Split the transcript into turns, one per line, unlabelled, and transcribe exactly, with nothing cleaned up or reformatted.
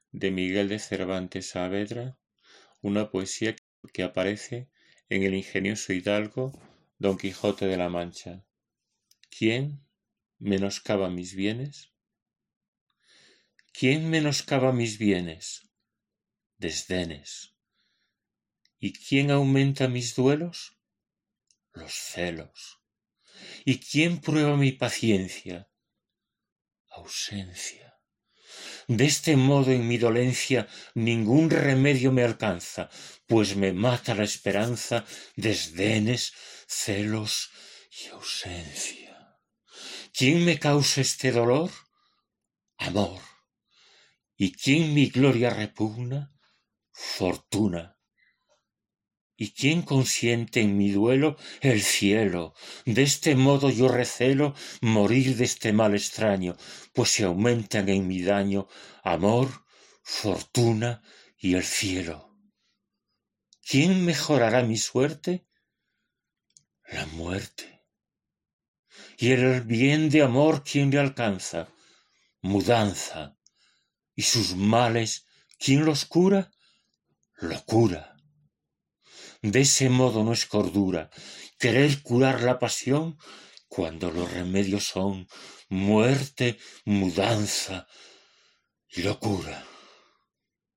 de Miguel de Cervantes Saavedra, una poesía que aparece en el ingenioso hidalgo Don Quijote de la Mancha. ¿Quién menoscaba mis bienes? ¿Quién menoscaba mis bienes? Desdenes. ¿Y quién aumenta mis duelos? Los celos. ¿Y quién prueba mi paciencia? Ausencia. De este modo en mi dolencia ningún remedio me alcanza, pues me mata la esperanza, desdenes, celos y ausencia. ¿Quién me causa este dolor? Amor. ¿Y quién mi gloria repugna? Fortuna. ¿Y quién consiente en mi duelo? El cielo. De este modo yo recelo morir de este mal extraño, pues se aumentan en mi daño amor, fortuna y el cielo. ¿Quién mejorará mi suerte? La muerte. ¿Y el bien de amor quién le alcanza? Mudanza. ¿Y sus males quién los cura? Locura. De ese modo no es cordura querer curar la pasión cuando los remedios son muerte, mudanza y locura.